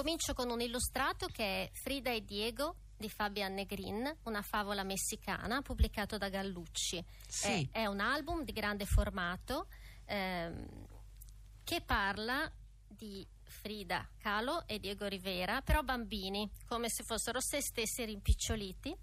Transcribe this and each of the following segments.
Comincio con un illustrato che è Frida e Diego di Fabian Negrin, una favola messicana, pubblicato da Gallucci. Sì. È un album di grande formato che parla di Frida Kahlo e Diego Rivera, però bambini, come se fossero se stessi rimpiccioliti,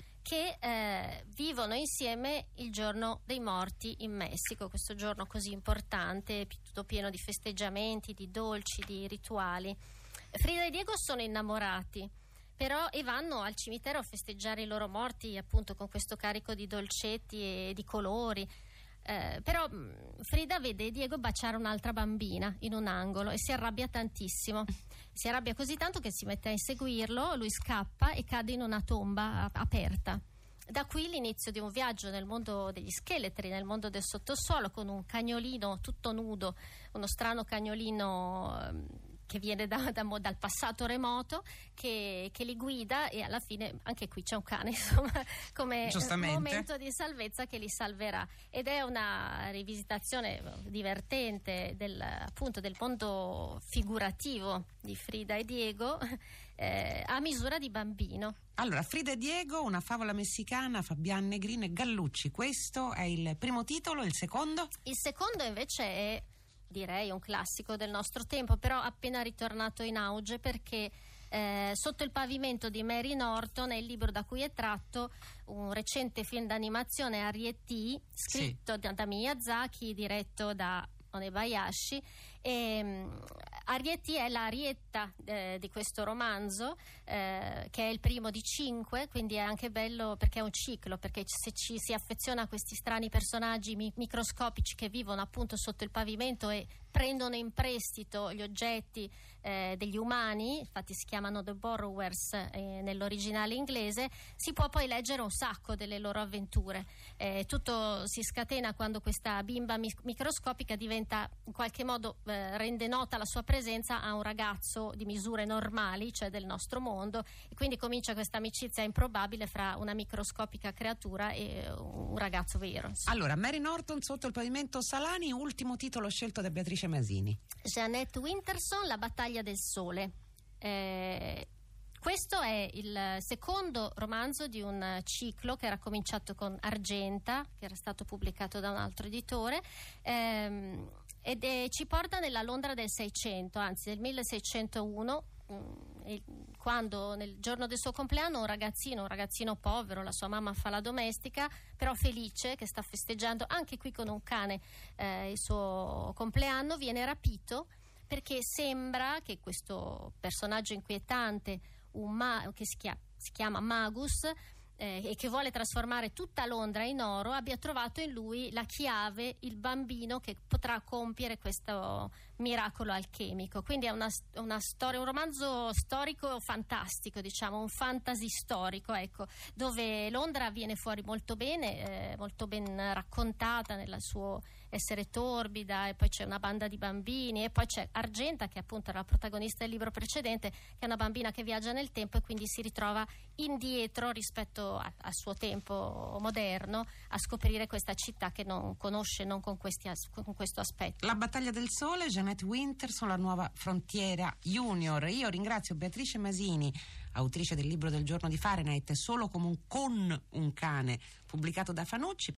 che vivono insieme il giorno dei morti in Messico, questo giorno così importante, tutto pieno di festeggiamenti, di dolci, di rituali. Frida e Diego sono innamorati, però e vanno al cimitero a festeggiare i loro morti appunto con questo carico di dolcetti e di colori. Però Frida vede Diego baciare un'altra bambina in un angolo e si arrabbia tantissimo. Si arrabbia così tanto che si mette a inseguirlo, lui scappa e cade in una tomba aperta. Da qui l'inizio di un viaggio nel mondo degli scheletri, nel mondo del sottosuolo, con un cagnolino tutto nudo, uno strano cagnolino che viene dal passato remoto, che li guida, e alla fine anche qui c'è un cane, insomma, come momento di salvezza che li salverà. Ed è una rivisitazione divertente appunto del mondo figurativo di Frida e Diego, a misura di bambino. Allora, Frida e Diego, una favola messicana, Fabian Negrin e Gallucci. Questo è il primo titolo. Il secondo? Il secondo invece è, direi, un classico del nostro tempo, però appena ritornato in auge, perché Sotto il pavimento di Mary Norton è il libro da cui è tratto un recente film d'animazione, Ariete, scritto da Miyazaki, diretto da Onebayashi. Ariete è l'arietta di questo romanzo, che è il primo di 5, quindi è anche bello perché è un ciclo, perché se ci si affeziona a questi strani personaggi microscopici che vivono appunto sotto il pavimento e prendono in prestito gli oggetti degli umani, infatti si chiamano The Borrowers nell'originale inglese, si può poi leggere un sacco delle loro avventure. Tutto si scatena quando questa bimba microscopica diventa, in qualche modo rende nota la sua presenza a un ragazzo di misure normali, cioè del nostro mondo, e quindi comincia questa amicizia improbabile fra una microscopica creatura e un ragazzo vero, insomma. Allora, Mary Norton, Sotto il pavimento Salani, ultimo titolo scelto da Beatrice Masini. Jeanette Winterson, La battaglia del sole. Questo è il secondo romanzo di un ciclo che era cominciato con Argenta, che era stato pubblicato da un altro editore, ed ci porta nella Londra del 600, anzi del 1601, quando nel giorno del suo compleanno un ragazzino povero, la sua mamma fa la domestica, però felice, che sta festeggiando anche qui con un cane il suo compleanno, viene rapito perché sembra che questo personaggio inquietante, che si chiama Magus, e che vuole trasformare tutta Londra in oro, abbia trovato in lui la chiave, il bambino che potrà compiere questo miracolo alchemico. Quindi è una storia, un romanzo storico fantastico, diciamo, un fantasy storico, ecco, dove Londra viene fuori molto ben raccontata nel suo essere torbida, e poi c'è una banda di bambini, e poi c'è Argenta, che appunto era la protagonista del libro precedente, che è una bambina che viaggia nel tempo e quindi si ritrova indietro rispetto al suo tempo moderno, a scoprire questa città che non conosce, non con questo aspetto. La battaglia del sole, Jeanette Winterson, La nuova frontiera junior. Io ringrazio Beatrice Masini, autrice del libro del giorno di Fahrenheit, Solo con un cane, pubblicato da Fanucci.